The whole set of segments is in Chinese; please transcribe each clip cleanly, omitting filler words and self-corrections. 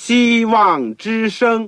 希望之声。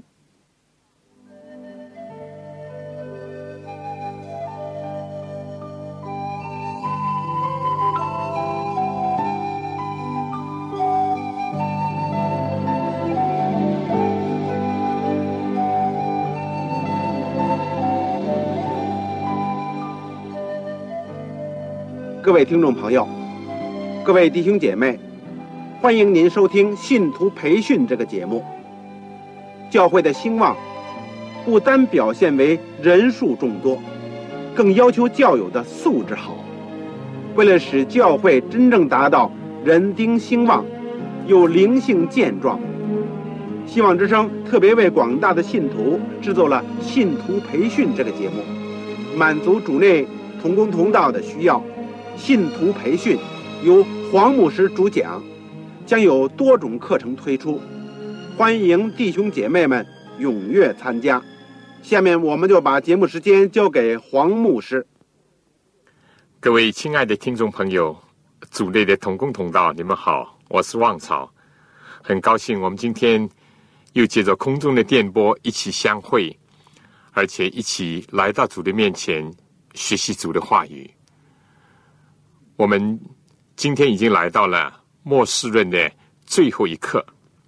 各位听众朋友，各位弟兄姐妹，欢迎您收听信徒培训这个节目。教会的兴旺不单表现为人数众多，更要求教友的素质好。为了使教会真正达到人丁兴旺又灵性健壮，希望之声特别为广大的信徒制作了信徒培训这个节目，满足主内同工同道的需要。信徒培训由黄牧师主讲，将有多种课程推出，欢迎弟兄姐妹们踊跃参加。下面我们就把节目时间交给黄牧师。 各位亲爱的听众朋友，主内的同工同道，你们好，我是旺草，很高兴我们今天又借着空中的电波一起相会，而且一起来到主的面前学习主的话语。我们今天已经来到了末世论的最后一课，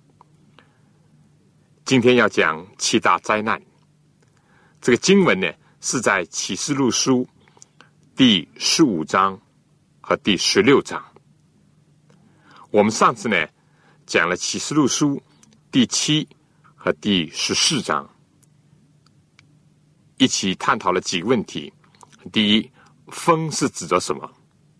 今天要讲七大灾难。这个经文呢是在启示录书第15章和第16章。我们上次呢讲了启示录书第7和第14章，一起探讨了几个问题。第一，风是指着什么？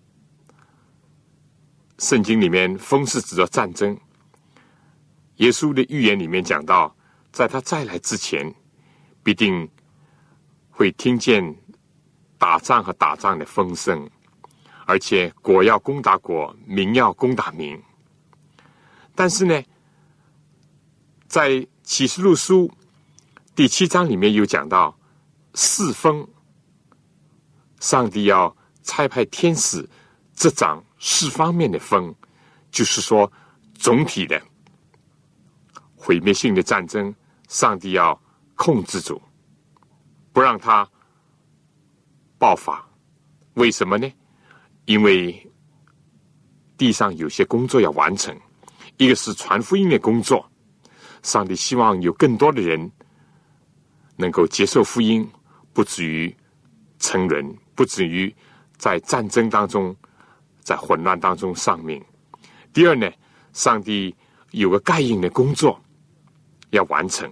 圣经里面风是指着战争。耶稣的预言里面讲到，在他再来之前，必定会听见打仗和打仗的风声，而且国要攻打国，民要攻打民。但是呢，在启示录书第7章里面有讲到四风，上帝要差派天使执掌四方面的风，就是说总体的毁灭性的战争，上帝要控制住，不让它爆发。为什么呢？因为地上有些工作要完成，一个是传福音的工作，上帝希望有更多的人能够接受福音，不至于沉沦，不至于在战争当中在混乱当中丧命。第二呢，上帝有个盖印的工作要完成，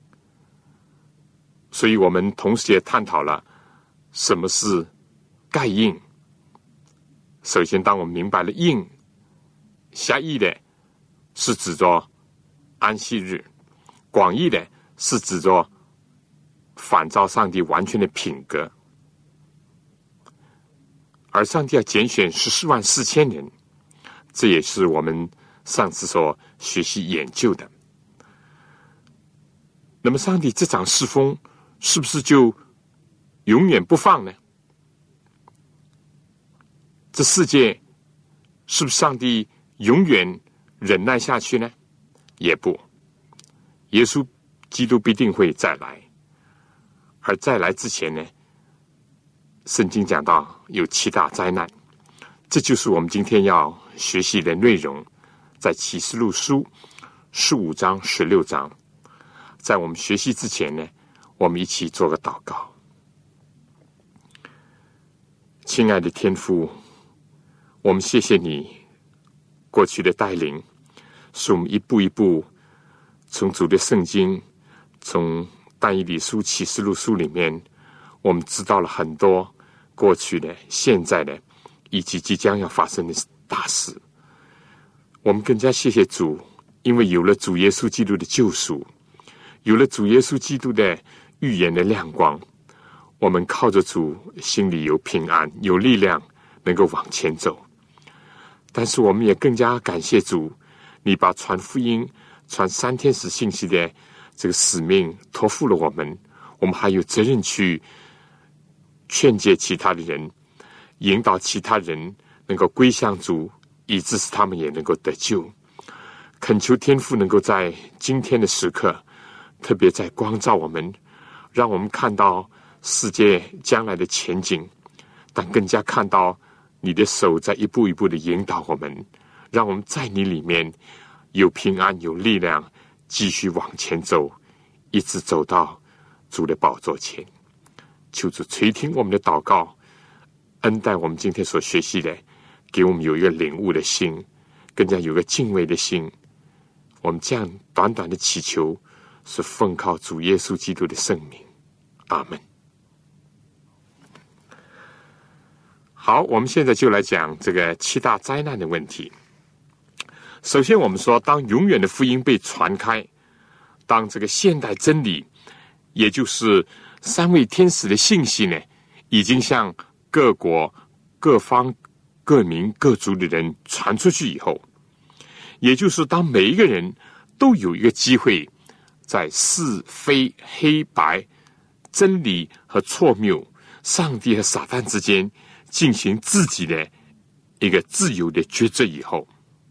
所以我们同时也探讨了什么是盖印。首先，当我们明白了印，狭义的是指着安息日，广义的是指着反照上帝完全的品格。而上帝要拣选144000人，这也是我们上次所学习研究的。那么上帝这场世风是不是就永远不放呢？这世界是不是上帝永远忍耐下去呢？也不，耶稣基督必定会再来，而再来之前呢，圣经讲到有7大灾难，这就是我们今天要学习的内容，在启示录书15章16章。在我们学习之前呢，我们一起做个祷告。亲爱的天父，我们谢谢你过去的带领，使我们一步一步从主的圣经，从但以理书、启示录书里面，我们知道了很多过去的、现在的以及即将要发生的大事。我们更加谢谢主，因为有了主耶稣基督的救赎，有了主耶稣基督的预言的亮光，我们靠着主心里有平安，有力量，能够往前走。但是我们也更加感谢主，你把传福音、传3天使信息的这个使命托付了我们，我们还有责任去劝诫其他的人，引导其他人能够归向主，以致使他们也能够得救。 恳求天父能够在今天的时刻，特别在光照我们，让我们看到世界将来的前景，但更加看到你的手在一步一步的引导我们，让我们在你里面有平安有力量，继续往前走，一直走到主的宝座前。求主垂听我们的祷告，恩待我们今天所学习的，给我们有一个领悟的心，更加有个敬畏的心。我们这样短短的祈求，是奉靠主耶稣基督的圣名，阿们。好，我们现在就来讲这个7大灾难的问题。首先我们说，当永远的福音被传开，当这个现代真理，也就是3位天使的信息呢，已经向各国各方各民各族的人传出去以后，也就是当每一个人都有一个机会，在是非黑白、真理和错谬、上帝和撒旦之间进行自己的一个自由的抉择以后，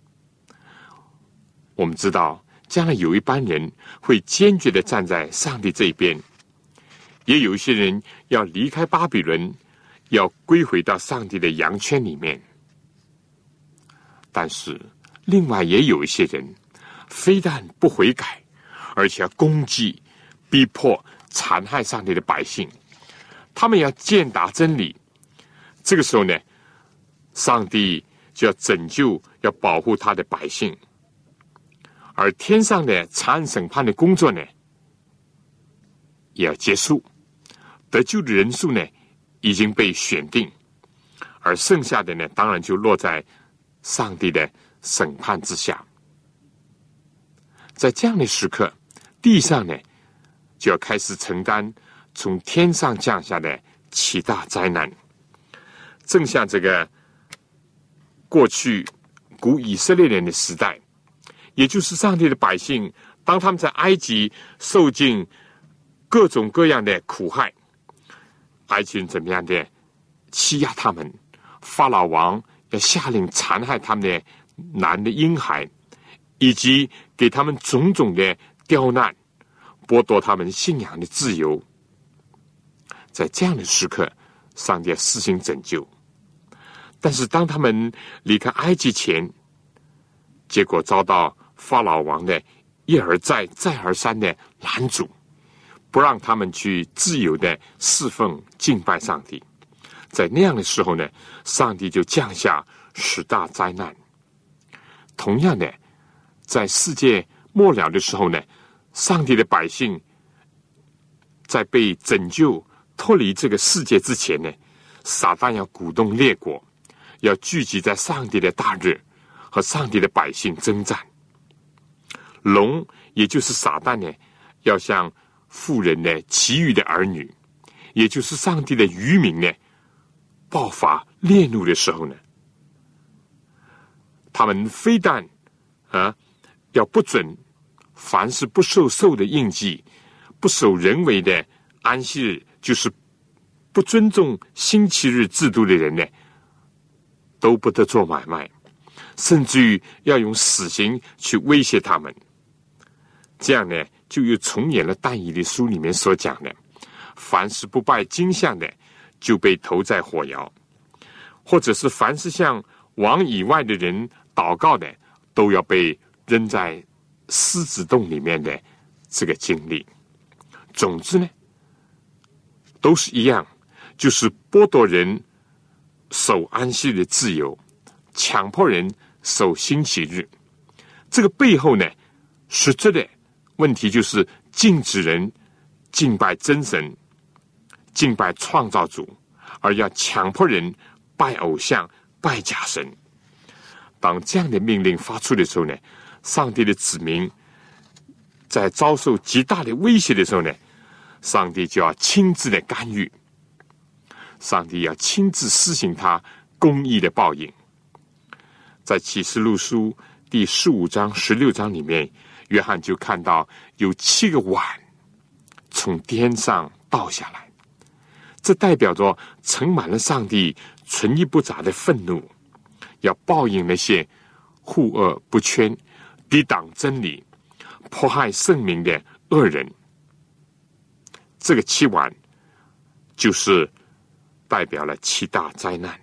我们知道将来有一班人会坚决地站在上帝这一边，也有一些人要离开巴比伦，要归回到上帝的羊圈里面。但是另外也有一些人非但不悔改，而且要攻击、逼迫、残害上帝的百姓，他们要践踏真理。这个时候呢，上帝就要拯救、要保护他的百姓，而天上的残忍审判的工作呢，也要结束。得救的人数呢，已经被选定，而剩下的呢，当然就落在上帝的审判之下。在这样的时刻，地上呢，就要开始承担从天上降下的7大灾难。正像这个过去古以色列人的时代，也就是上帝的百姓，当他们在埃及受尽各种各样的苦害，埃及人怎么样的欺压他们，法老王要下令残害他们的男的婴孩，以及给他们种种的刁难，剥夺他们信仰的自由。在这样的时刻，上帝要施行拯救。但是当他们离开埃及前，结果遭到法老王的一而再再而三的拦阻，不让他们去自由的侍奉敬拜上帝。在那样的时候呢，上帝就降下10大灾难。同样的，在世界末了的时候呢，上帝的百姓在被拯救脱离这个世界之前呢，撒旦要鼓动列国，要聚集在上帝的大日，和上帝的百姓征战。龙，也就是撒旦呢，要向妇人的其余的儿女，也就是上帝的渔民呢，爆发烈怒的时候呢，他们非但要不准凡是不受兽的印记，不守人为的安息日，就是不尊重星期日制度的人呢，都不得做买卖，甚至于要用死刑去威胁他们。这样呢，就又重演了但以理书里面所讲的，凡是不拜金像的，就被投在火窑，或者是凡是向王以外的人祷告的，都要被扔在狮子洞里面的这个经历。总之呢，都是一样，就是剥夺人守安息日的自由，强迫人守星期日。这个背后呢，实质的问题就是禁止人敬拜真神，敬拜创造主，而要强迫人拜偶像、拜假神。当这样的命令发出的时候呢，上帝的子民在遭受极大的威胁的时候呢，上帝就要亲自的干预，上帝要亲自施行他公义的报应。在启示录书第15章、16章里面，约翰就看到有7个碗从天上倒下来，这代表着盛满了上帝存一不杂的愤怒，要报应那些护恶不圈、 抵挡真理、迫害圣明的恶人。这个7碗就是代表了7大灾难。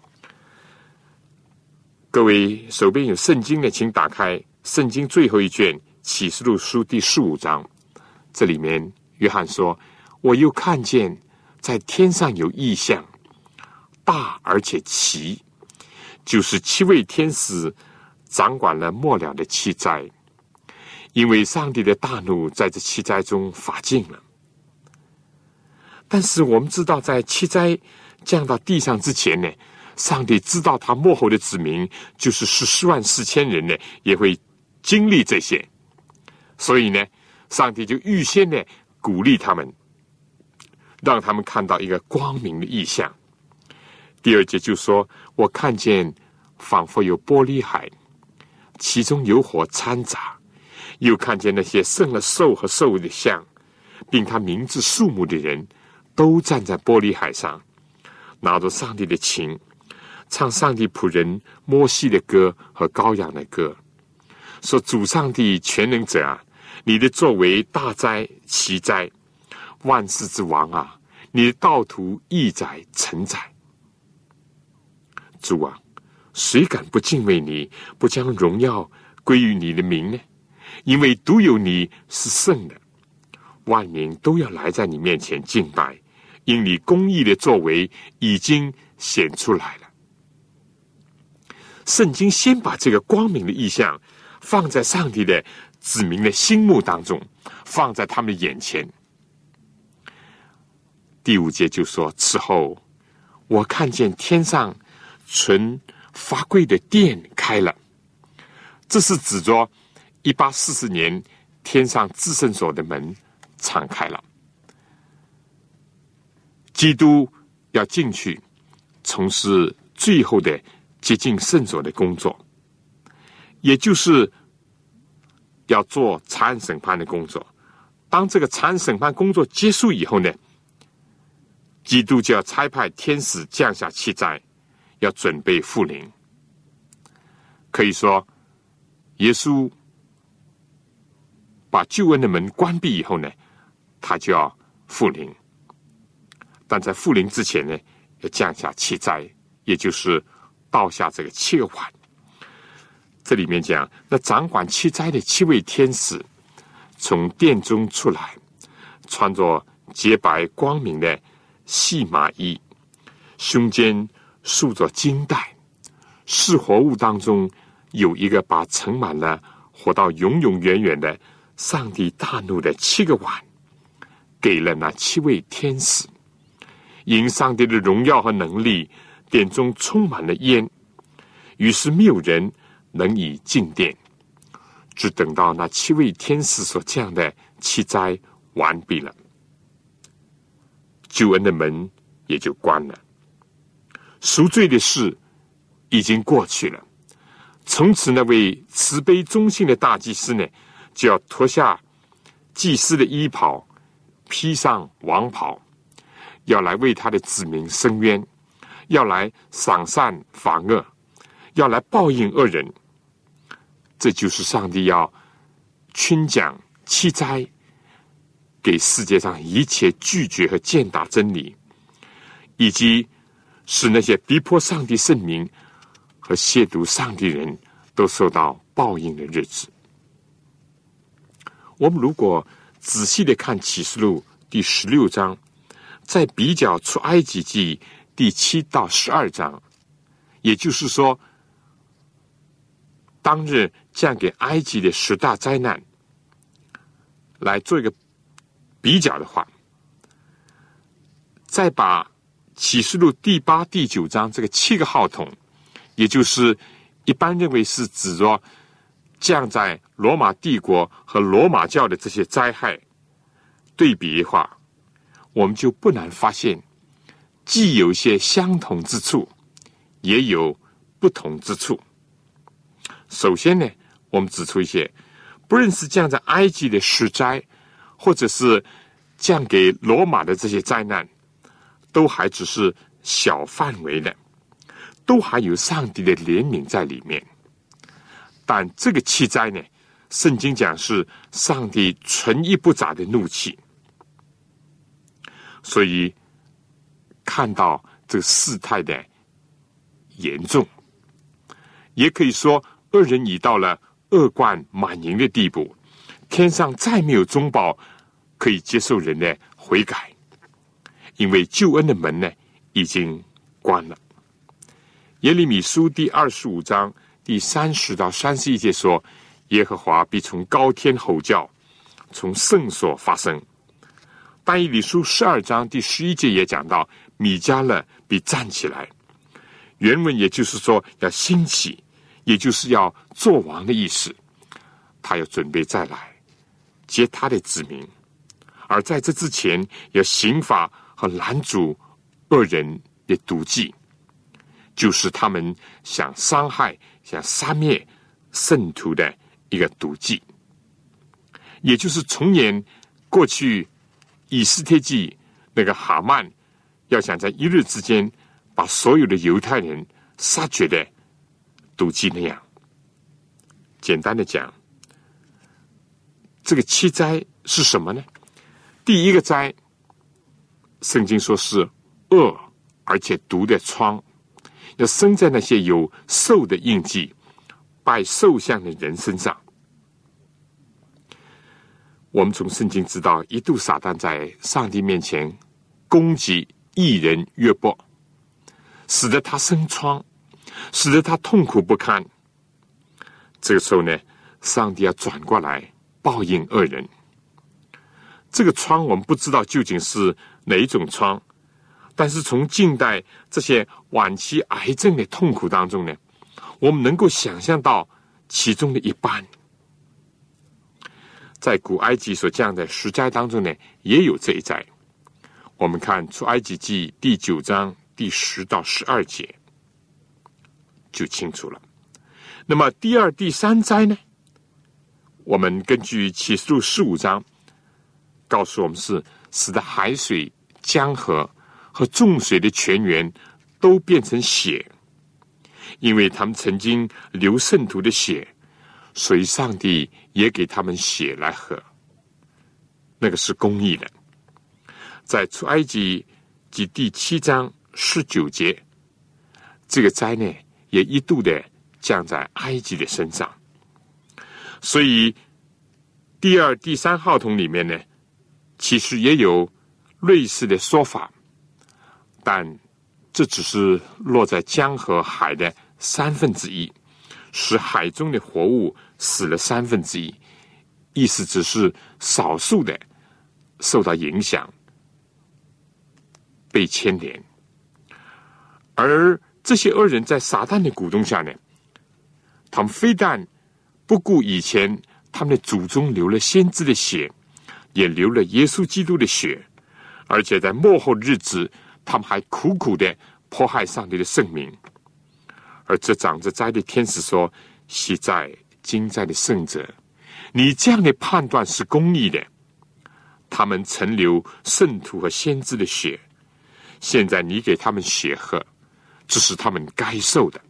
各位手边有圣经的，请打开圣经最后一卷启示录书第15章。这里面约翰说，我又看见在天上有异象，大而且奇，就是7位天使掌管了末了的7灾，因为上帝的大怒在这7灾中发尽了。但是我们知道，在7灾降到地上之前呢，上帝知道他末后的子民就是14万4千人呢，也会经历这些，所以呢，上帝就预先的鼓励他们，让他们看到一个光明的异象。第2节就说，我看见仿佛有玻璃海，其中有火掺杂，又看见那些胜了兽和兽的像，并他名字数目的人，都站在玻璃海上，拿着上帝的琴，唱上帝仆人摩西的歌和羔羊的歌，说，主上帝全能者啊，你的作为大哉奇哉，万世之王啊，你的道途义哉诚哉。主啊，谁敢不敬畏你，不将荣耀归于你的名呢？因为独有你是圣的，万民都要来在你面前敬拜，因你公义的作为已经显出来了。圣经先把这个光明的意象放在上帝的子民的心目当中，放在他们的眼前。第5节就说，此后我看见天上存发贵的殿开了，这是指着1840年天上至圣所的门敞开了，基督要进去从事最后的接近圣所的工作，也就是要做查案审判的工作。当这个查案审判工作结束以后呢，基督就要差派天使降下7灾，要准备复临。可以说，耶稣把救恩的门关闭以后呢，他就要复临。但在复临之前呢，要降下7灾，也就是倒下这个7个碗。这里面讲，那掌管7灾的7位天使从殿中出来，穿着洁白光明的细麻衣，胸间束着金带，是活物当中有一个把盛满了活到永永远远的上帝大怒的7个碗，给了那7位天使。因上帝的荣耀和能力，殿中充满了烟，于是没有人能以进殿，只等到那7位天使所降的7灾完毕了，救恩的门也就关了，赎罪的事已经过去了。从此那位慈悲忠信的大祭司呢，就要脱下祭司的衣袍，披上王袍，要来为他的子民伸冤，要来赏善罚恶，要来报应恶人。这就是上帝要宣讲7灾，给世界上一切拒绝和践踏真理，以及使那些逼迫上帝圣名和亵渎上帝人都受到报应的日子。我们如果仔细的看启示录第16章，再比较出埃及记第7到12章，也就是说当日降给埃及的10大灾难来做一个比较的话，再把启示录第8、第9章这个7个号筒，也就是一般认为是指着降在罗马帝国和罗马教的这些灾害对比的话，我们就不难发现，既有一些相同之处，也有不同之处。首先呢，我们指出一些，不论是降在埃及的10灾，或者是降给罗马的这些灾难，都还只是小范围的，都还有上帝的怜悯在里面。但这个7灾呢， 圣经讲是上帝存一不杂的怒气。所以看到这个事态的严重，也可以说恶人已到了恶贯满盈的地步，天上再没有中保可以接受人的悔改，因为救恩的门呢已经关了。耶利米书第25章第30到31节说，耶和华必从高天吼叫，从圣所发声。但以理书12章第11节也讲到，米迦勒必站起来。原文也就是说要兴起，也就是要做王的意思。他要准备再来接他的子民，而在这之前要刑罚和拦阻恶人的毒计，就是他们想伤害、想杀灭圣徒的一个毒计，也就是重演过去以斯帖记那个哈曼要想在一日之间把所有的犹太人杀绝的毒计那样。简单的讲，这个7灾是什么呢？第一个灾，圣经说是恶而且毒的疮，要生在那些有兽的印记、拜兽像的人身上。我们从圣经知道，一度撒旦在上帝面前攻击义人约伯，使得他生疮，使得他痛苦不堪。这个时候呢，上帝要转过来报应恶人。这个疮我们不知道究竟是哪一种疮，但是从近代这些晚期癌症的痛苦当中呢，我们能够想象到其中的一半。在古埃及所降的10灾当中呢，也有这一灾。我们看出埃及记第9章第10到12节就清楚了。那么第2、第3灾呢，我们根据启示录15章告诉我们，是使得海水、江河和众水的泉源都变成血，因为他们曾经流圣徒的血，所以上帝也给他们血来喝，那个是公义的。在出埃及记第7章19节，这个灾呢也一度的降在埃及的身上。所以第2、第3号筒里面呢，其实也有类似的说法，但这只是落在江和海的1/3，使海中的活物死了1/3，意思只是少数的受到影响，被牵连。而这些恶人在撒旦的鼓动下呢，他们非但不顾以前他们的祖宗流了先知的血，也流了耶稣基督的血，而且在末后日子，他们还苦苦的迫害上帝的圣名。而这长着灾的天使说：昔在今在的圣者，你这样的判断是公义的。他们曾流圣徒和先知的血，现在你给他们血喝，这是他们该受的。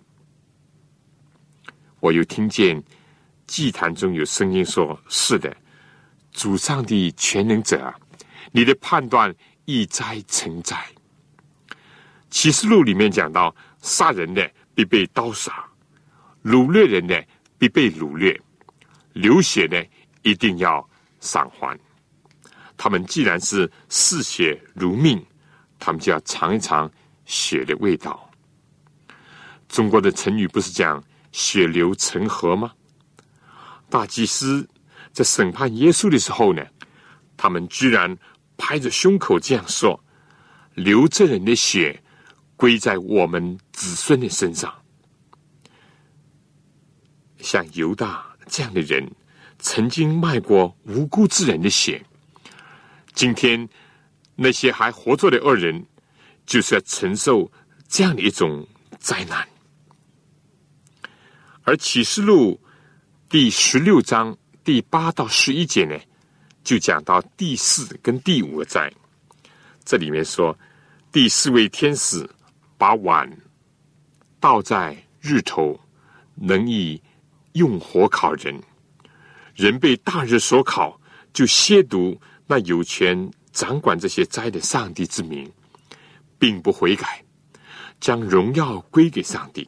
我又听见祭坛中有声音说：是的，主上帝全能者啊，你的判断一灾成灾。启示录里面讲到，杀人的必被刀杀，掳掠人的必被掳掠，流血的一定要偿还。他们既然是视血如命，他们就要尝一尝血的味道。中国的成语不是讲血流成河吗？大祭司在审判耶稣的时候呢，他们居然拍着胸口这样说：流这人的血归在我们子孙的身上。像犹大这样的人曾经卖过无辜之人的血，今天那些还活着的恶人就是要承受这样的一种灾难。而启示录第16章第8到11节呢，就讲到第4跟第5个灾。这里面说，第4位天使把碗倒在日头，能以用火烤人， 人被大日所考，就亵渎那有权掌管这些灾的上帝之名，并不悔改，将荣耀归给上帝。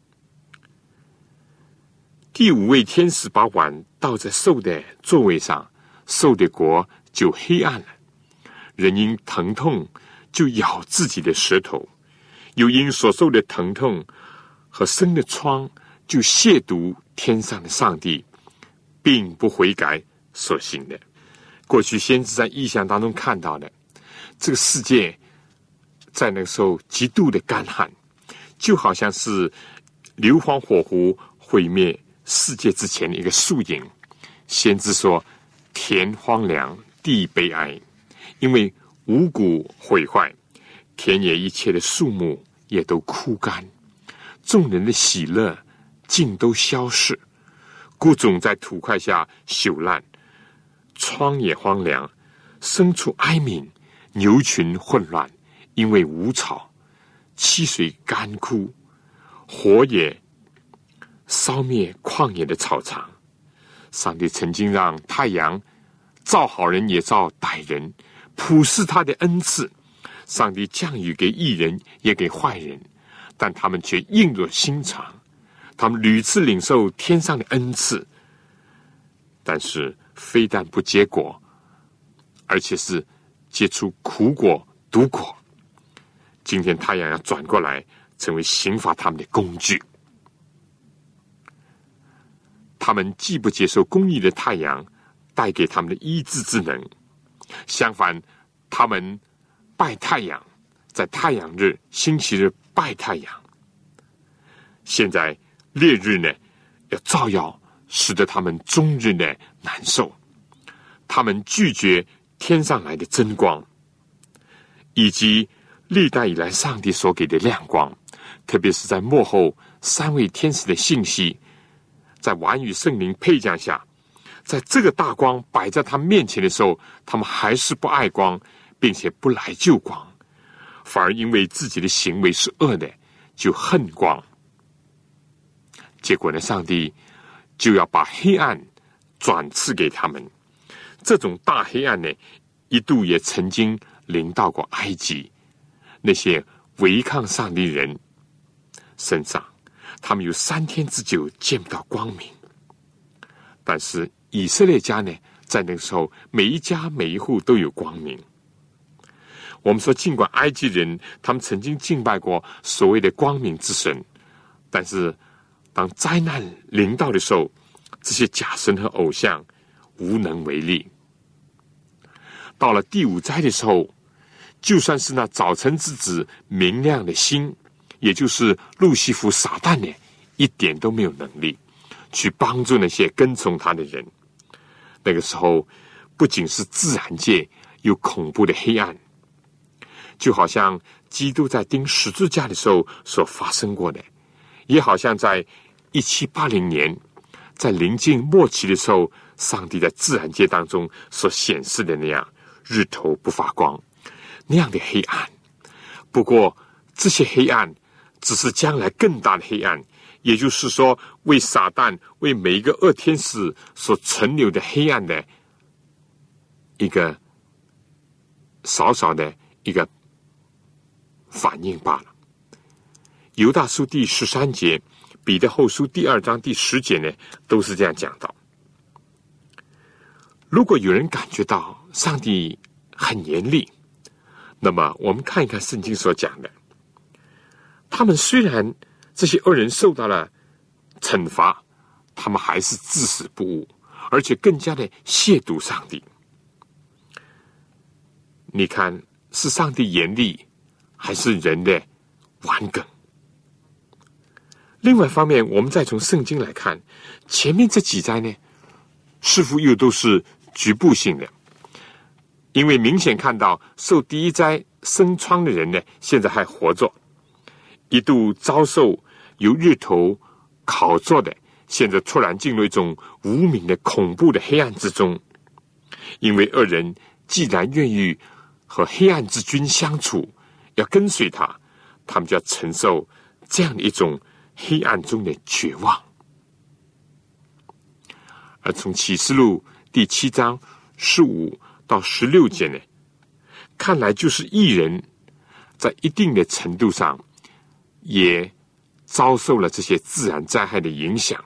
第5位天使把碗倒在兽的座位上，兽的国就黑暗了。人因疼痛就咬自己的舌头，又因所受的疼痛和生的疮就亵渎天上的上帝，并不悔改所行的。过去先知在异象当中看到的，这个世界在那个时候极度的干旱，就好像是硫磺火湖毁灭世界之前的一个缩影。先知说，田荒凉，地悲哀，因为五谷毁坏，田野一切的树木也都枯干，众人的喜乐尽都消逝，谷种在土块下朽烂，窗也荒凉，牲畜哀鸣，牛群混乱，因为无草，溪水干枯，火也烧灭旷野的草场。上帝曾经让太阳照好人也照歹人，普施他的恩赐。上帝降雨给义人也给坏人，但他们却硬若心肠。他们屡次领受天上的恩赐，但是非但不结果，而且是结出苦果毒果。今天太阳要转过来，成为刑罚他们的工具。他们既不接受公义的太阳带给他们的医治之能，相反，他们拜太阳，在太阳日、星期日拜太阳。现在烈日呢，要照耀，使得他们终日呢难受。他们拒绝天上来的真光，以及历代以来上帝所给的亮光，特别是在末后3位天使的信息，在晚雨圣灵配降下，在这个大光摆在他们面前的时候，他们还是不爱光，并且不来救光，反而因为自己的行为是恶的，就恨光。结果呢，上帝就要把黑暗转赐给他们。这种大黑暗呢，一度也曾经临到过埃及那些违抗上帝人身上，他们有3天之久见不到光明。但是以色列家呢，在那个时候每一家每一户都有光明。我们说，尽管埃及人他们曾经敬拜过所谓的光明之神，但是当灾难临到的时候，这些假神和偶像无能为力。到了第5灾的时候，就算是那早晨之子明亮的星，也就是路西弗撒旦呢，一点都没有能力去帮助那些跟从他的人。那个时候不仅是自然界有恐怖的黑暗，就好像基督在钉十字架的时候所发生过的，也好像在1780年在临近末期的时候，上帝在自然界当中所显示的那样，日头不发光，那样的黑暗。不过这些黑暗只是将来更大的黑暗，也就是说，为撒旦、为每一个恶天使所存留的黑暗的一个少少的一个反应罢了。犹大书第13节，彼得后书第2章第10节呢，都是这样讲到。如果有人感觉到上帝很严厉，那么我们看一看圣经所讲的，他们虽然这些恶人受到了惩罚，他们还是至死不悟，而且更加的亵渎上帝。你看，是上帝严厉，还是人的顽梗？另外一方面，我们再从圣经来看，前面这几灾呢，似乎又都是局部性的，因为明显看到受第一灾生疮的人呢，现在还活着，一度遭受由日头烤作的，现在突然进入一种无名的恐怖的黑暗之中。因为恶人既然愿意和黑暗之君相处，要跟随他，他们就要承受这样的一种黑暗中的绝望。 而从启示录第7章15到16节呢，看来就是义人在一定的程度上也遭受了这些自然灾害的影响。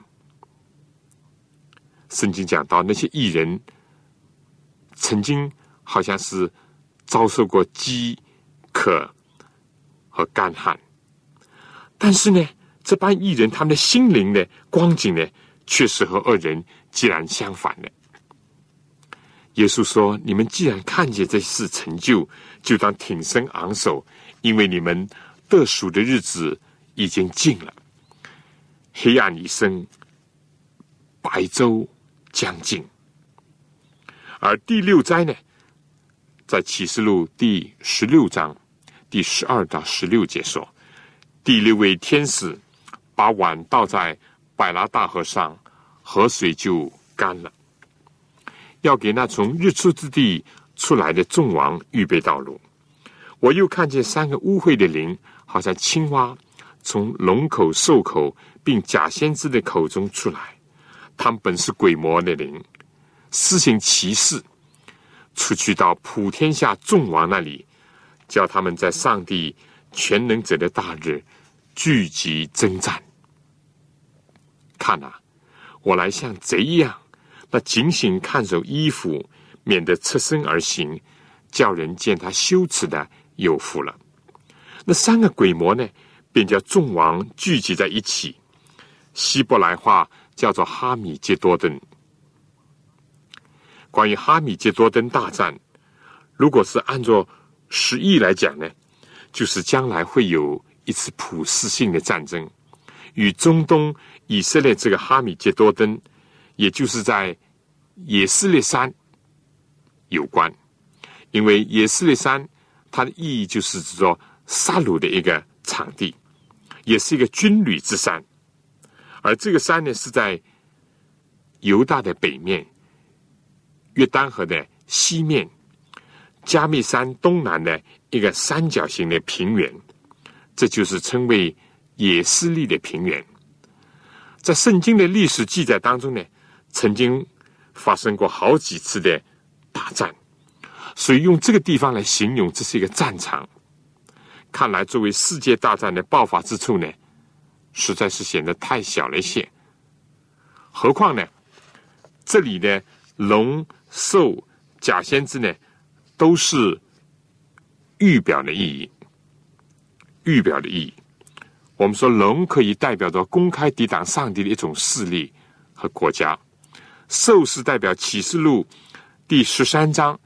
圣经讲到那些义人曾经好像是遭受过饥渴和干旱，但是呢，这班义人他们的心灵的光景呢，却是和恶人截然相反的。耶稣说，你们既然看见这事成就，就当挺身昂首，因为你们得赎的日子已经近了。黑暗已深，白昼将近。而第6灾呢，在启示录第16章第12到16节说，第6位天使把碗倒在百拉大河上，河水就干了，要给那从日出之地出来的众王预备道路。我又看见3个污秽的灵，好像青蛙，从龙口、兽口并假先知的口中出来。他们本是鬼魔的灵，施行奇事，出去到普天下众王那里，叫他们在上帝全能者的大日聚集征战。看啊，我来像贼一样，那警醒看守衣服，免得侧身而行，叫人见他羞耻的有福了。那3个鬼魔呢，便叫众王聚集在一起，希伯来话叫做哈米杰多登。关于哈米杰多登大战，如果是按照实意来讲呢，就是将来会有一次普世性的战争，与中东以色列这个哈米杰多登，也就是在以色列山有关。因为以色列山它的意义就是指着杀戮的一个场地，也是一个军旅之山。而这个山呢，是在犹大的北面，约旦河的西面，加密山东南的一个三角形的平原，这就是称为野斯利的平原。在圣经的历史记载当中呢，曾经发生过好几次的大战，所以用这个地方来形容这是一个战场。看来作为世界大战的爆发之处呢，实在是显得太小了一些。何况呢，这里的龙、兽、假先知呢，都是预表的意义。预表的意义，我们说龙可以代表着公开抵挡上帝的一种势力和国家，兽是代表启示录第13章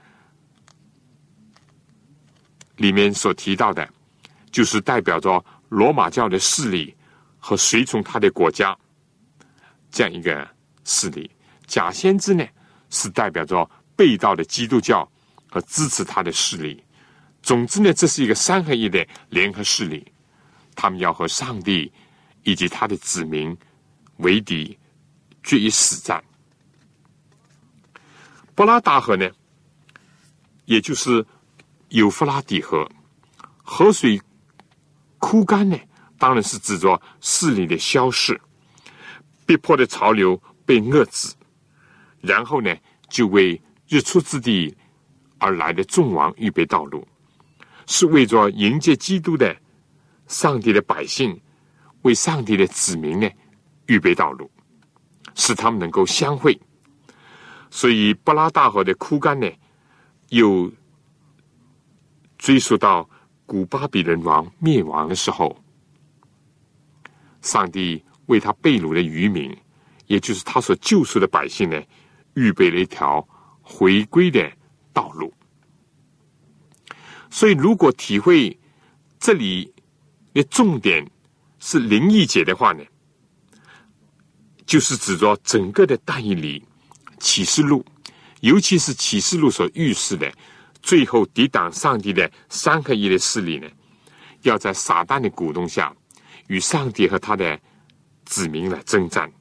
里面所提到的，就是代表着罗马教的势力和随从他的国家这样一个势力。假先知呢，是代表着背道的基督教和支持他的势力。总之呢，这是一个3合1的联合势力，他们要和上帝以及他的子民为敌，决一死战。伯拉大河呢，也就是幼发拉底河，河水枯干呢，当然是指着势力的消逝，逼迫的潮流被遏制，然后呢，就为日出之地而来的众王预备道路，是为着迎接基督的上帝的百姓，为上帝的子民呢预备道路，使他们能够相会。所以伯拉大河的枯干呢，又追溯到古巴比伦王灭亡的时候，上帝为他被掳的渔民，也就是他所救赎的百姓呢，预备了一条回归的道路。所以如果体会这里的重点是灵异节的话呢，就是指着整个的但以理启示录，尤其是启示录所预示的最后抵挡上帝的3合1的势力呢，要在撒旦的鼓动下与上帝和他的子民来征战。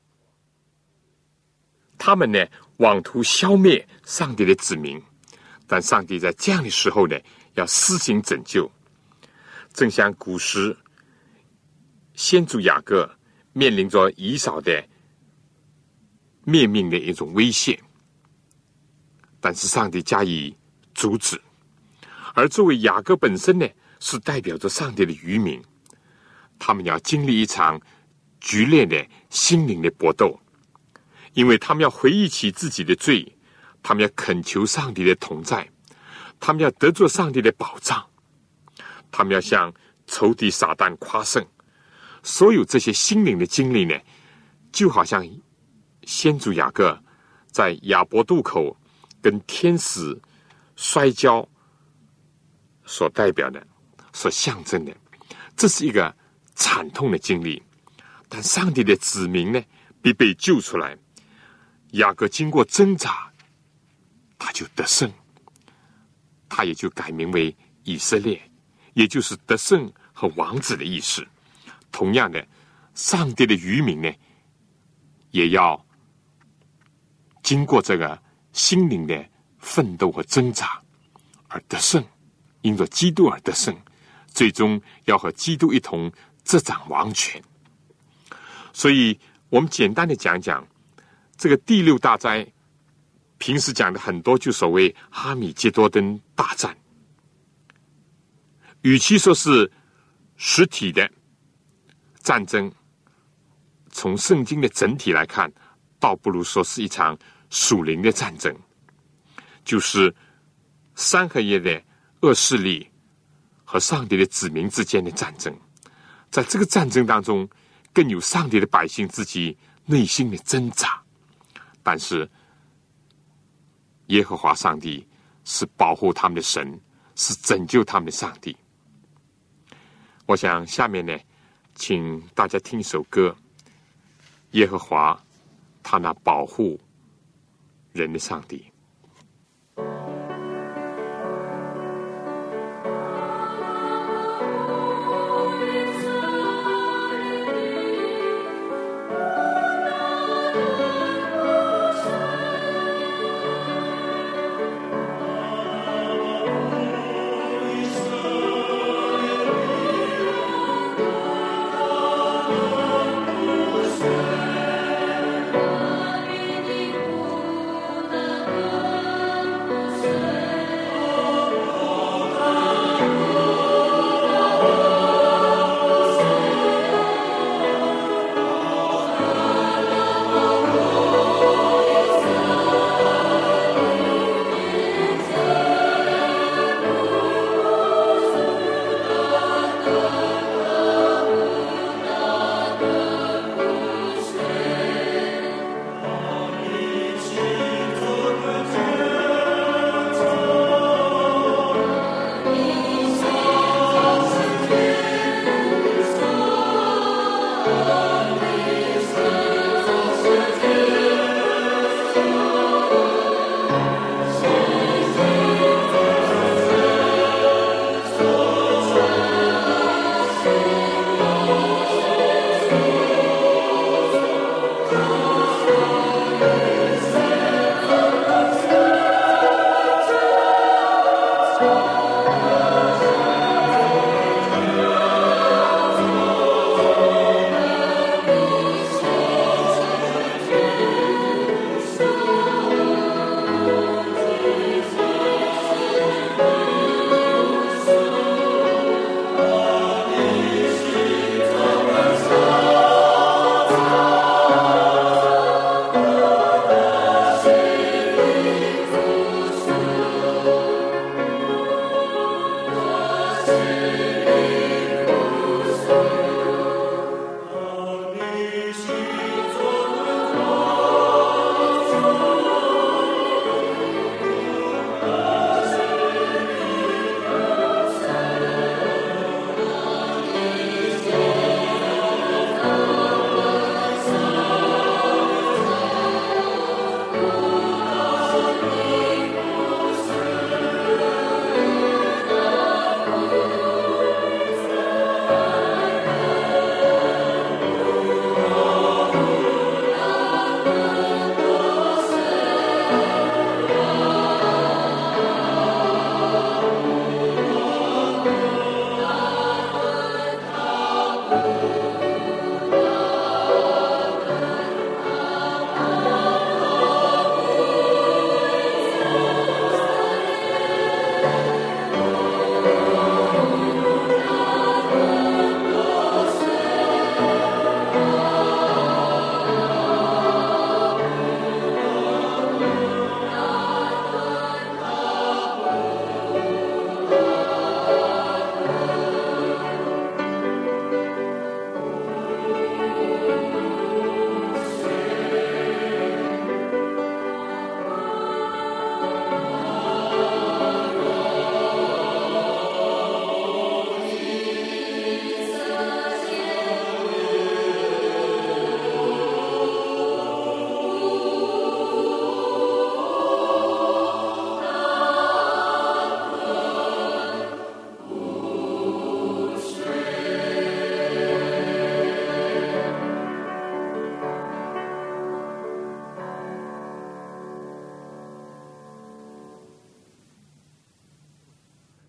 他们呢，妄图消灭上帝的子民，但上帝在这样的时候呢，要施行拯救。正像古时先祖雅各面临着以扫的灭命的一种威胁，但是上帝加以阻止。而作为雅各本身呢，是代表着上帝的渔民，他们要经历一场剧烈的心灵的搏斗，因为他们要回忆起自己的罪，他们要恳求上帝的同在，他们要得着上帝的保障，他们要向仇敌撒旦夸胜。所有这些心灵的经历呢，就好像先祖雅各在雅博渡口跟天使摔跤所代表的、所象征的，这是一个惨痛的经历。但上帝的子民呢，必被救出来。雅各经过挣扎，他就得胜，他也就改名为以色列，也就是得胜和王子的意思。同样的，上帝的渔民呢，也要经过这个心灵的奋斗和挣扎而得胜，因着基督而得胜，最终要和基督一同执掌王权。所以我们简单的讲讲这个第六大灾，平时讲的很多就所谓哈米吉多登大战，与其说是实体的战争，从圣经的整体来看，倒不如说是一场属灵的战争，就是三合一的恶势力和上帝的子民之间的战争。在这个战争当中，更有上帝的百姓自己内心的挣扎，但是耶和华上帝是保护他们的神，是拯救他们的上帝。我想下面呢，请大家听一首歌，耶和华他那保护人的上帝。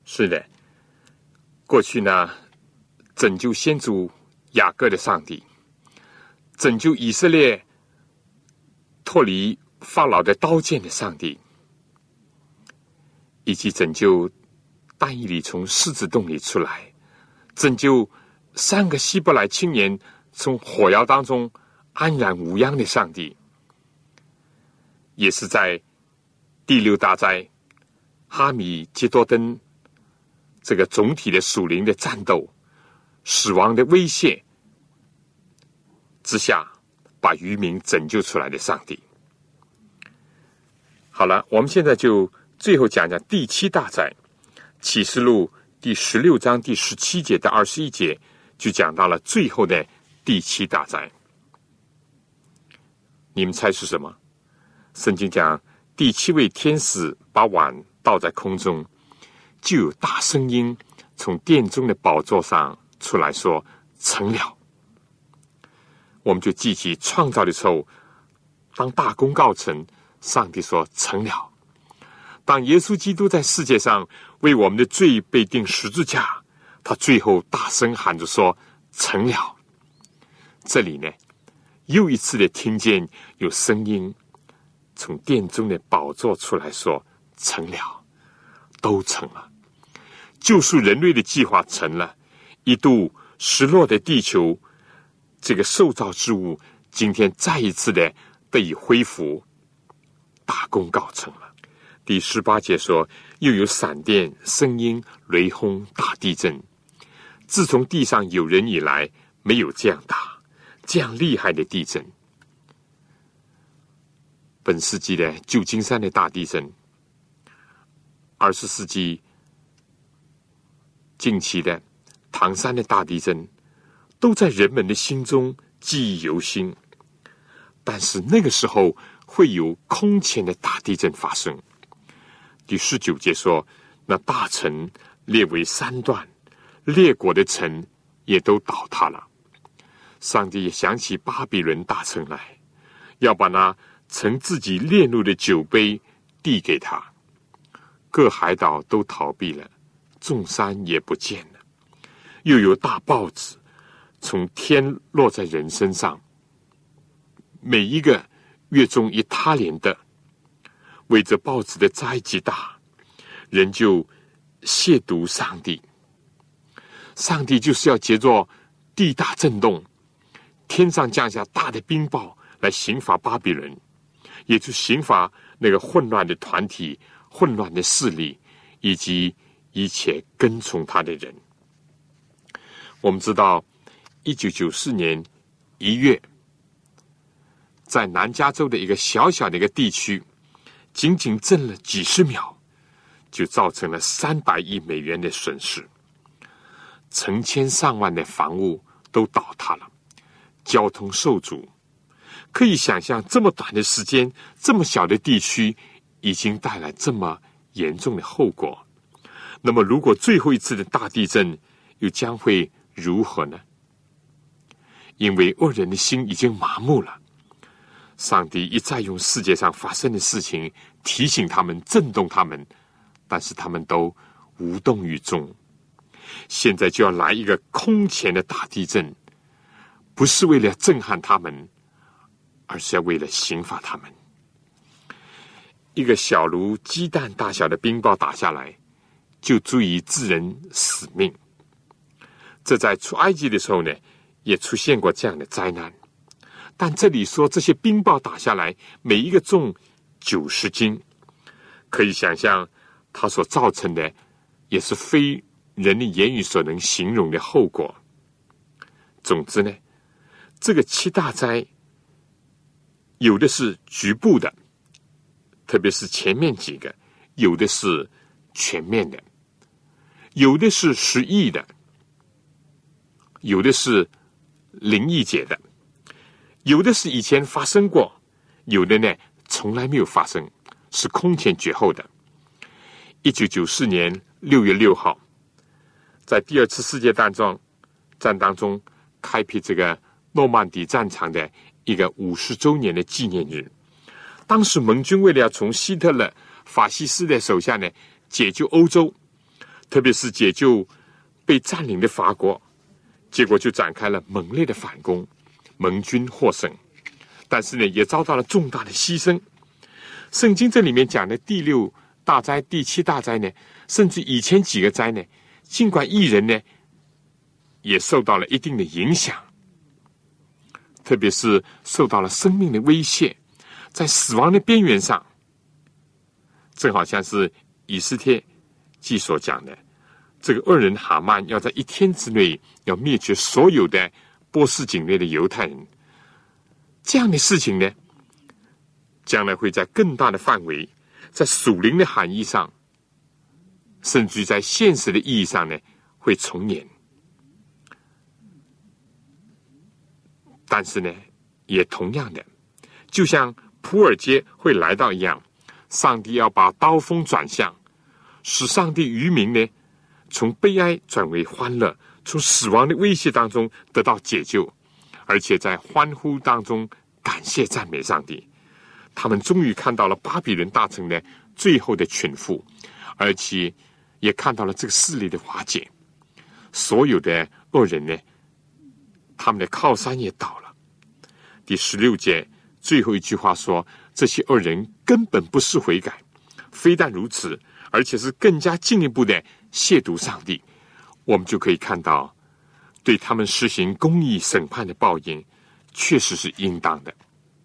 是的，过去呢，拯救先祖雅各的上帝，拯救以色列脱离法老的刀剑的上帝，以及拯救但以理从狮子洞里出来，拯救3个希伯来青年从火窑当中安然无恙的上帝，也是在第6大灾哈米基多登这个总体的属灵的战斗、死亡的威胁之下，把渔民拯救出来的上帝。好了，我们现在就最后讲讲第7大灾，启示录第16章第17节到21节，就讲到了最后的第7大灾。你们猜是什么？圣经讲第7位天使把碗倒在空中，就有大声音从殿中的宝座上出来说：成了。我们就记起创造的时候，当大功告成，上帝说成了。当耶稣基督在世界上为我们的罪被钉十字架，他最后大声喊着说成了。这里呢，又一次的听见有声音从殿中的宝座出来说成了，都成了。救赎人类的计划成了，一度失落的地球这个受造之物，今天再一次的得以恢复，大功告成了。第18节说，又有闪电、声音、雷轰、大地震。自从地上有人以来，没有这样大、这样厉害的地震。本世纪的旧金山的大地震，20世纪近期的唐山的大地震，都在人们的心中记忆犹新。但是那个时候会有空前的大地震发生。第19节说，那大城列为3段，列国的城也都倒塌了。上帝也想起巴比伦大城来，要把那盛自己烈怒的酒杯递给他。各海岛都逃避了，众山也不见了。又有大雹子从天落在人身上，每一个越中一他连的，为这雹子的灾极大，人就亵渎上帝。上帝就是要借着地大震动，天上降下大的冰雹来刑罚巴比伦，也就刑罚那个混乱的团体、混乱的势力，以及一切跟从他的人。我们知道1994年1月，在南加州的一个小小的一个地区，仅仅震了几十秒，就造成了300亿美元的损失，成千上万的房屋都倒塌了，交通受阻。可以想象，这么短的时间，这么小的地区，已经带来这么严重的后果。那么，如果最后一次的大地震又将会如何呢？因为恶人的心已经麻木了，上帝一再用世界上发生的事情提醒他们、震动他们，但是他们都无动于衷。现在就要来一个空前的大地震，不是为了震撼他们，而是要为了刑罚他们。一个小如鸡蛋大小的冰雹打下来，就足以致人死命。这在出埃及的时候呢，也出现过这样的灾难。但这里说这些冰雹打下来，每一个重90斤，可以想象它所造成的也是非人的言语所能形容的后果。总之呢，这个7大灾有的是局部的，特别是前面几个，有的是全面的，有的是10亿的，有的是0亿节的，有的是以前发生过，有的呢从来没有发生，是空前绝后的。1994年6月6号，在第2次世界大战当中开辟这个诺曼底战场的一个50周年的纪念日。当时盟军为了要从希特勒法西斯的手下呢解救欧洲， 特别是解救被占领的法国，结果就展开了猛烈的反攻，盟军获胜，但是呢，也遭到了重大的牺牲。圣经这里面讲的第6大灾、第7大灾呢，甚至以前几个灾呢，尽管义人呢也受到了一定的影响，特别是受到了生命的威胁，在死亡的边缘上，正好像是以斯帖记所讲的，这个恶人哈曼要在1天之内要灭绝所有的波斯境内的犹太人。这样的事情呢，将来会在更大的范围，在属灵的含义上，甚至在现实的意义上呢，会重演。但是呢，也同样的，就像普尔街会来到一样，上帝要把刀锋转向，使上帝余民呢，从悲哀转为欢乐，从死亡的威胁当中得到解救，而且在欢呼当中感谢赞美上帝。他们终于看到了巴比伦大城的最后的群负，而且也看到了这个势力的瓦解。所有的恶人呢，他们的靠山也倒了。第16节最后一句话说，这些恶人根本不是悔改，非但如此，而且是更加进一步的亵渎上帝。我们就可以看到，对他们实行公义审判的报应确实是应当的。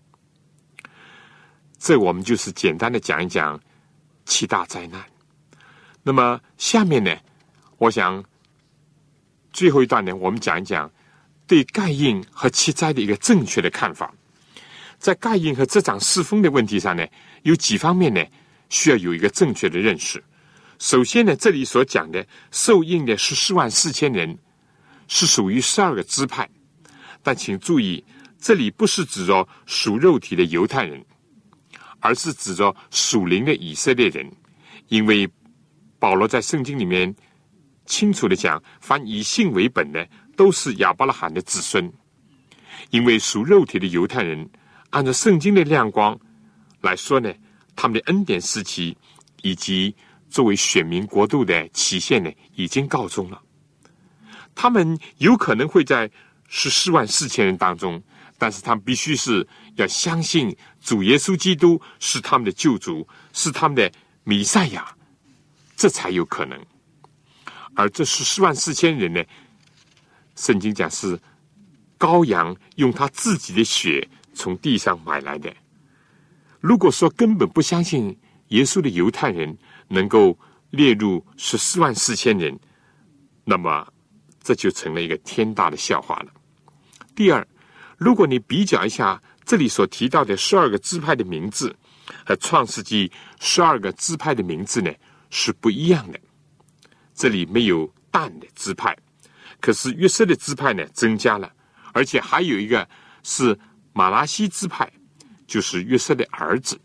这我们就是简单的讲一讲7大灾难。那么下面呢，我想最后一段呢，我们讲一讲对盖印和7灾的一个正确的看法。在盖印和执掌侍奉的问题上呢，有几方面呢需要有一个正确的认识。首先呢，这里所讲的受印的144000人是属于12个支派，但请注意，这里不是指着属肉体的犹太人，而是指着属灵的以色列人。因为保罗在圣经里面清楚的讲，凡以信为本的都是亚伯拉罕的子孙。因为属肉体的犹太人按照圣经的亮光来说呢，他们的恩典时期以及作为选民国度的期限呢，已经告终了。他们有可能会在144000人当中，但是他们必须是要相信主耶稣基督是他们的救主，是他们的弥赛亚，这才有可能。而这144000人呢，圣经讲是羔羊用他自己的血从地上买来的。如果说根本不相信耶稣的犹太人能够列入144000人，那么这就成了一个天大的笑话了。第二，如果你比较一下这里所提到的12个支派的名字和创世纪12个支派的名字呢，是不一样的。这里没有但的支派，可是约瑟的支派呢增加了，而且还有一个是马拉西支派，就是约瑟的儿子。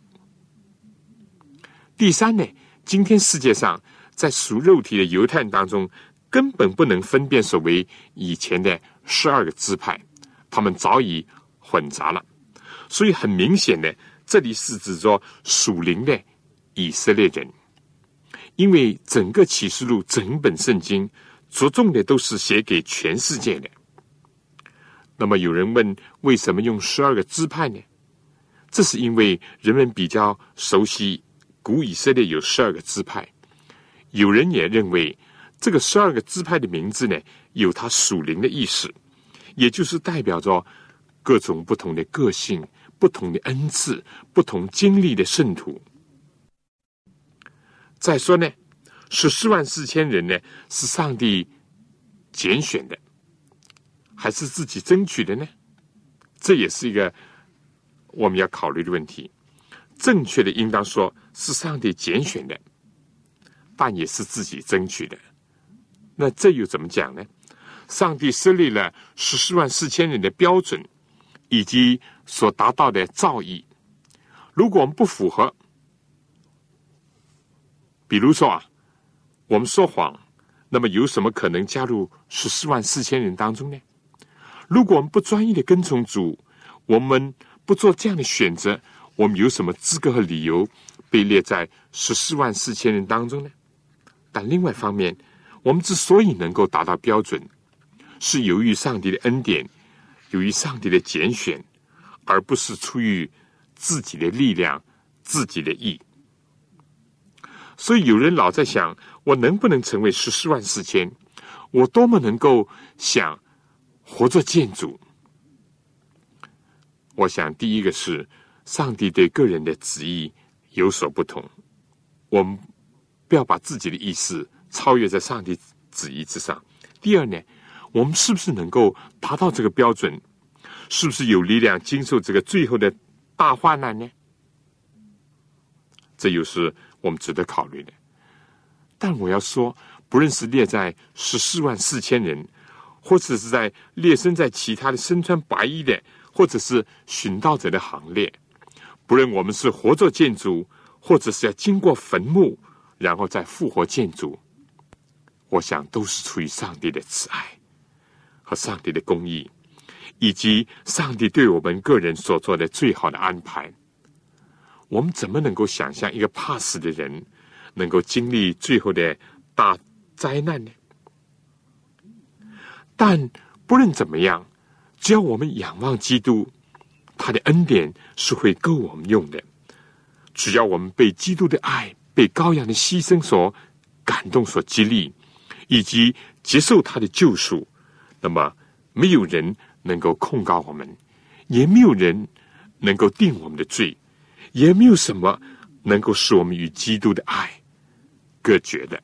第三呢，今天世界上在属肉体的犹太人当中，根本不能分辨所谓以前的12个支派，他们早已混杂了。所以很明显的，这里是指着属灵的以色列人。因为整个启示录整本圣经着重的都是写给全世界的。那么有人问，为什么用12个支派呢？这是因为人们比较熟悉古以色列有12个支派。有人也认为这个12个支派的名字呢，有它属灵的意思，也就是代表着各种不同的个性、不同的恩赐、不同经历的圣徒。再说呢，144000人呢，是上帝拣选的，还是自己争取的呢？这也是一个我们要考虑的问题。正确的应当说是上帝拣选的，但也是自己争取的。那这又怎么讲呢？上帝设立了144000人的标准以及所达到的造诣，如果我们不符合，比如说我们说谎，那么有什么可能加入144000人当中呢？如果我们不专一的跟从主，我们不做这样的选择，我们有什么资格和理由被列在144000人当中呢？但另外一方面， 我们之所以能够达到标准，是由于上帝的恩典，由于上帝的拣选，而不是出于自己的力量、自己的意。所以有人老在想，我能不能成为144000？我多么能够想活着见主？我想第一个是上帝对个人的旨意有所不同，我们不要把自己的意思超越在上帝旨意之上。第二呢，我们是不是能够达到这个标准？是不是有力量经受这个最后的大患难呢？这又是我们值得考虑的。但我要说，不论是列在144000人，或者是在列身在其他的身穿白衣的，或者是寻道者的行列，不论我们是活着见主，或者是要经过坟墓然后再复活见主，我想都是出于上帝的慈爱和上帝的公义，以及上帝对我们个人所做的最好的安排。我们怎么能够想象一个怕死的人能够经历最后的大灾难呢？但不论怎么样，只要我们仰望基督，他的恩典是会够我们用的。只要我们被基督的爱、被羔羊的牺牲所感动、所激励，以及接受他的救赎，那么没有人能够控告我们，也没有人能够定我们的罪，也没有什么能够使我们与基督的爱隔绝的。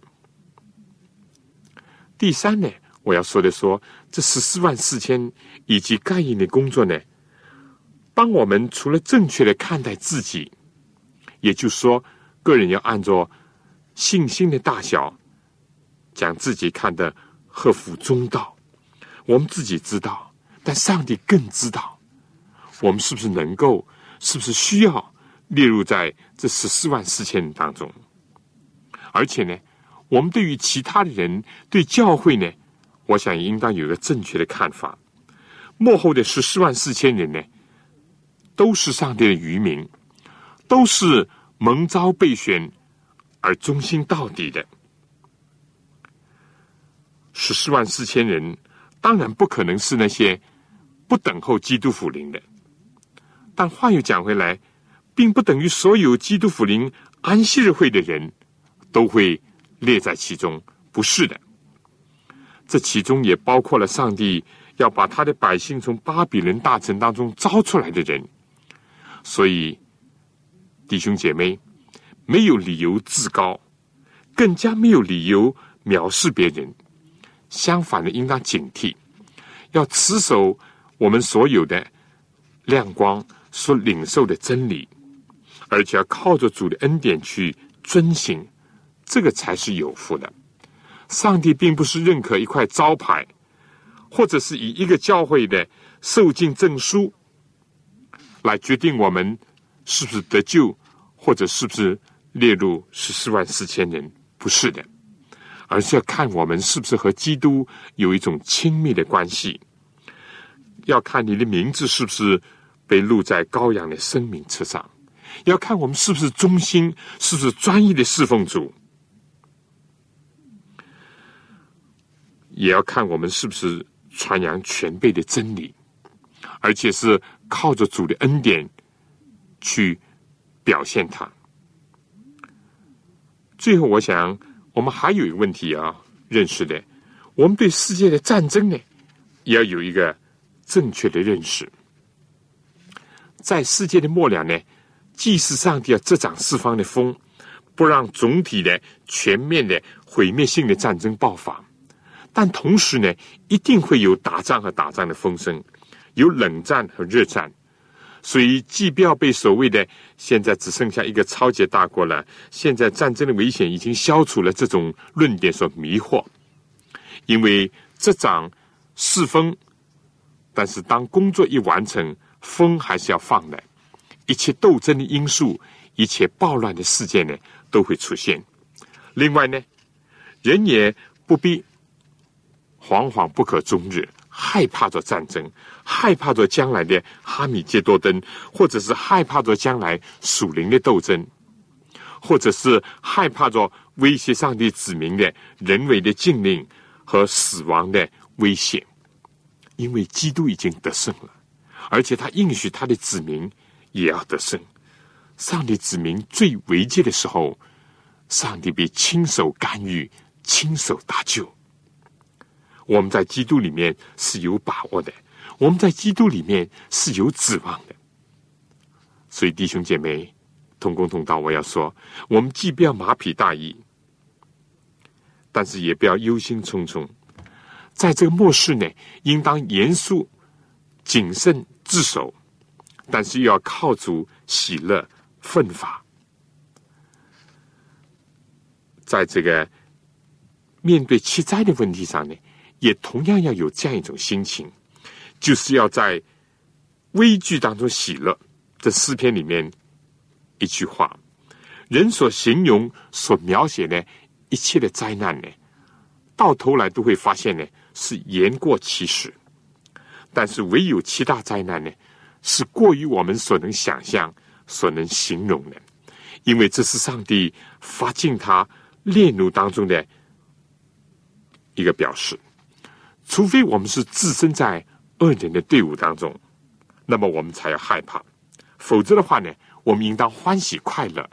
第三呢，我要说的这144000以及盖印的工作呢，帮我们除了正确的看待自己，也就是说，个人要按照信心的大小，将自己看得合乎中道。我们自己知道，但上帝更知道，我们是不是能够，是不是需要列入在这144000人当中。而且呢，我们对于其他的人，对教会呢，我想也应当有一个正确的看法。末后的144000人呢，都是上帝的余民，都是蒙召备选而忠心到底的。144000人当然不可能是那些不等候基督复临的，但话又讲回来，并不等于所有基督复临安息日会的人都会列在其中，不是的。这其中也包括了上帝要把他的百姓从巴比伦大城当中招出来的人。所以弟兄姐妹，没有理由自高，更加没有理由藐视别人，相反的应当警惕，要持守我们所有的亮光所领受的真理，而且要靠着主的恩典去遵行，这个才是有福的。上帝并不是认可一块招牌，或者是以一个教会的受浸证书来决定我们是不是得救，或者是不是列入144000人，不是的，而是要看我们是不是和基督有一种亲密的关系，要看你的名字是不是被录在羔羊的生命册上，要看我们是不是忠心，是不是专一的侍奉主，也要看我们是不是传扬全备的真理，而且是靠着主的恩典去表现它。最后我想我们还有一个问题要认识的，我们对世界的战争呢，也要有一个正确的认识。在世界的末了呢，既是上帝要执掌四方的风，不让总体的全面的毁灭性的战争爆发，但同时呢，一定会有打仗和打仗的风声，有冷战和热战。所以既不要被所谓的现在只剩下一个超级大国了，现在战争的危险已经消除了这种论点所迷惑。因为执掌四风，但是当工作一完成，风还是要放的，一切斗争的因素，一切暴乱的事件呢，都会出现。另外呢，人也不必惶惶不可终日，害怕着战争，害怕着将来的哈米杰多登，或者是害怕着将来属灵的斗争， 或者是害怕着威胁上帝子民的人为的禁令和死亡的危险，因为基督已经得胜了，而且他应许他的子民也要得胜。上帝子民最危急的时候，上帝必亲手干预，亲手搭救。我们在基督里面是有把握的，我们在基督里面是有指望的。所以弟兄姐妹同工同道，我要说，我们既不要马匹大意，但是也不要忧心忡忡。在这个末世呢，应当严肃谨慎自守，但是又要靠主喜乐奋发。在这个面对七灾的问题上呢，也同样要有这样一种心情，就是要在危惧当中喜乐。这诗篇里面一句话，人所形容所描写的一切的灾难呢，到头来都会发现呢是言过其实，但是唯有七大灾难呢是过于我们所能想象所能形容的，因为这是上帝发尽他烈怒当中的一个表示。除非我们是置身在恶人的队伍当中，那么我们才要害怕，否则的话呢，我们应当欢喜快乐。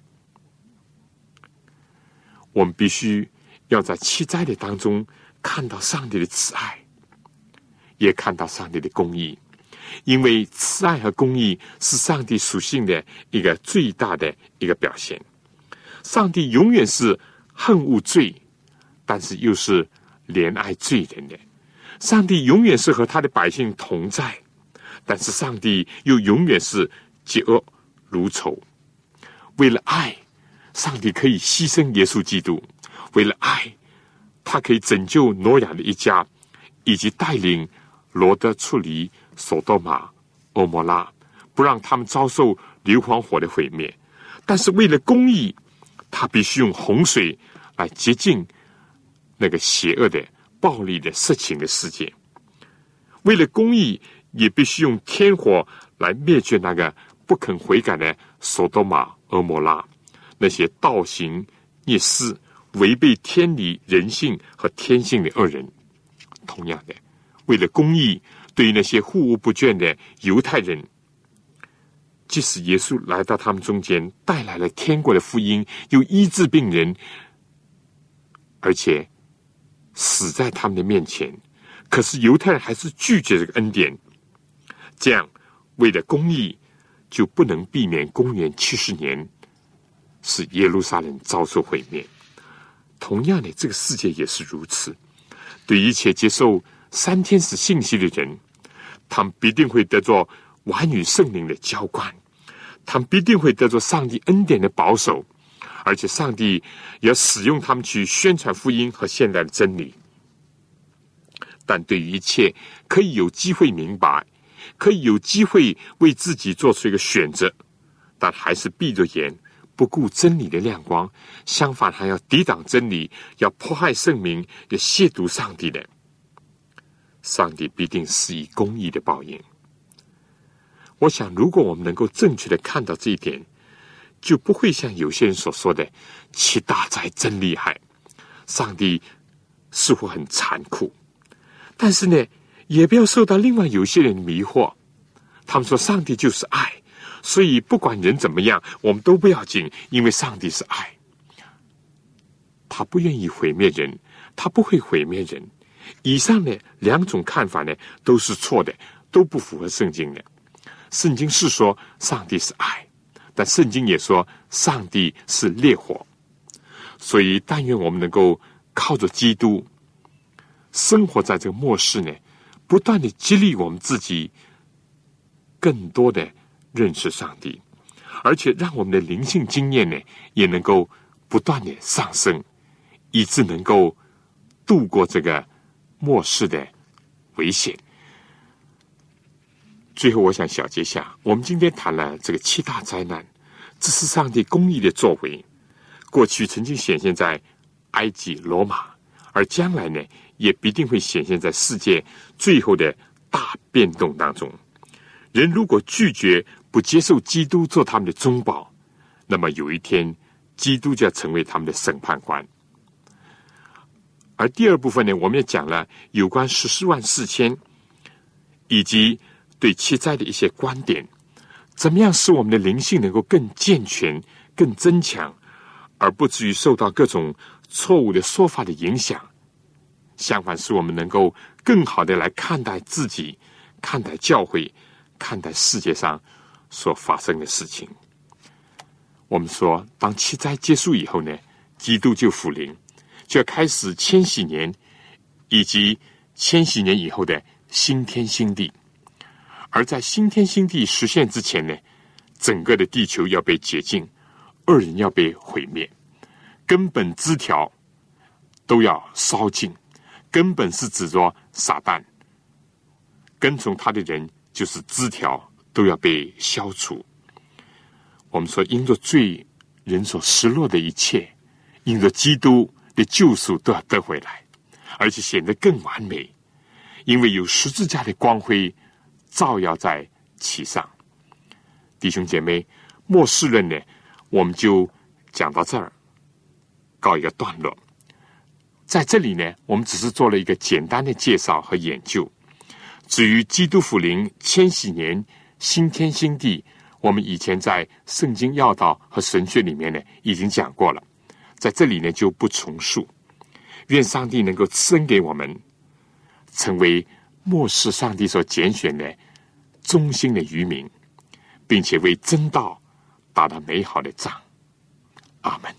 我们必须要在七灾的当中看到上帝的慈爱，也看到上帝的公义，因为慈爱和公义是上帝属性的一个最大的一个表现。上帝永远是恨恶罪，但是又是怜爱罪人的。上帝永远是和他的百姓同在，但是上帝又永远是嫉恶如仇。为了爱，上帝可以牺牲耶稣基督；为了爱，他可以拯救挪亚的一家，以及带领罗德出离索多玛、俄摩拉，不让他们遭受硫磺火的毁灭。但是为了公义，他必须用洪水来洁净那个邪恶的、暴力的、色情的世界。为了公义，也必须用天火来灭绝那个不肯悔改的索多玛、俄摩拉，那些倒行逆施、违背天理、人性和天性的恶人。同样的，为了公义，对于那些护无不倦的犹太人，即使耶稣来到他们中间，带来了天国的福音，又医治病人，而且死在他们的面前，可是犹太人还是拒绝这个恩典。这样，为了公义，就不能避免公元70年使耶路撒冷遭受毁灭。同样的，这个世界也是如此。对一切接受3天使信息的人，他们必定会得着完与圣灵的浇灌，他们必定会得着上帝恩典的保守，而且上帝要使用他们去宣传福音和现代的真理。但对于一切可以有机会明白，可以有机会为自己做出一个选择，但还是闭着眼不顾真理的亮光，相反还要抵挡真理，要迫害圣名，要亵渎上帝的，上帝必定施以公义的报应。我想，如果我们能够正确的看到这一点，就不会像有些人所说的七大灾真厉害，上帝似乎很残酷。但是呢，也不要受到另外有些人迷惑，他们说上帝就是爱，所以不管人怎么样，我们都不要紧，因为上帝是爱，他不愿意毁灭人，他不会毁灭人。以上的2种看法呢，都是错的，都不符合圣经的。圣经是说上帝是爱，但圣经也说上帝是烈火。所以但愿我们能够靠着基督生活在这个末世呢，不断的激励我们自己更多的认识上帝，而且让我们的灵性经验呢也能够不断的上升，以致能够度过这个末世的危险。最后我想小结下，我们今天谈了这个7大灾难，这是上帝公义的作为，过去曾经显现在埃及、罗马，而将来呢也必定会显现在世界最后的大变动当中。人如果拒绝不接受基督做他们的中保，那么有一天基督就要成为他们的审判官。而第二部分呢，我们也讲了有关14万4千以及对七灾的一些观点，怎么样使我们的灵性能够更健全、更增强，而不至于受到各种错误的说法的影响，相反使我们能够更好的来看待自己、看待教会、看待世界上所发生的事情。我们说，当七灾结束以后呢，基督就复临，就要开始千禧年以及千禧年以后的新天新地。而在新天新地实现之前呢，整个的地球要被洁净，恶人要被毁灭，根本枝条都要烧尽。根本是指着撒旦，跟从他的人就是枝条都要被消除。我们说，因着罪人所失落的一切，因着基督的救赎都要得回来，而且显得更完美，因为有十字架的光辉照耀在其上。弟兄姐妹，末世论呢，我们就讲到这儿，告一个段落。在这里呢，我们只是做了一个简单的介绍和研究。至于基督复临、千禧年、新天新地，我们以前在圣经要道和神学里面呢已经讲过了，在这里呢就不重述。愿上帝能够赐恩给我们，成为末世上帝所拣选的忠心的渔民，并且为真道打了美好的仗。阿们。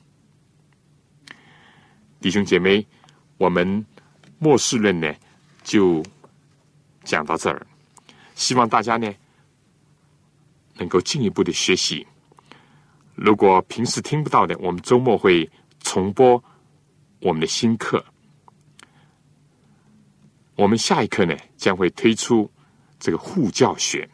弟兄姐妹，我们末世论呢就讲到这儿，希望大家呢能够进一步的学习。如果平时听不到的，我们周末会重播我们的新课。我们下一课呢将会推出这个护教学，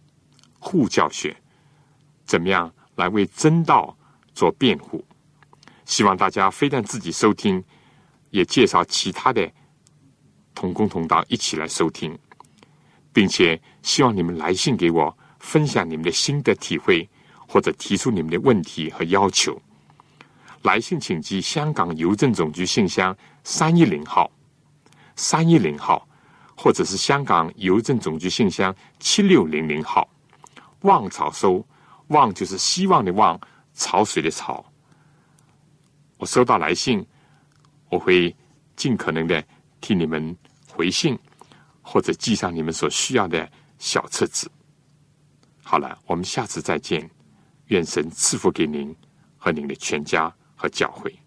怎么样来为真道做辩护。希望大家非但自己收听，也介绍其他的同工同道一起来收听，并且希望你们来信给我，分享你们的心得体会，或者提出你们的问题和要求。来信请寄香港邮政总局信箱310号，或者是香港邮政总局信箱7600号。望草收，望就是希望的望，潮水的潮。我收到来信，我会尽可能的替你们回信，或者寄上你们所需要的小册子。好了，我们下次再见，愿神赐福给您和您的全家和教会。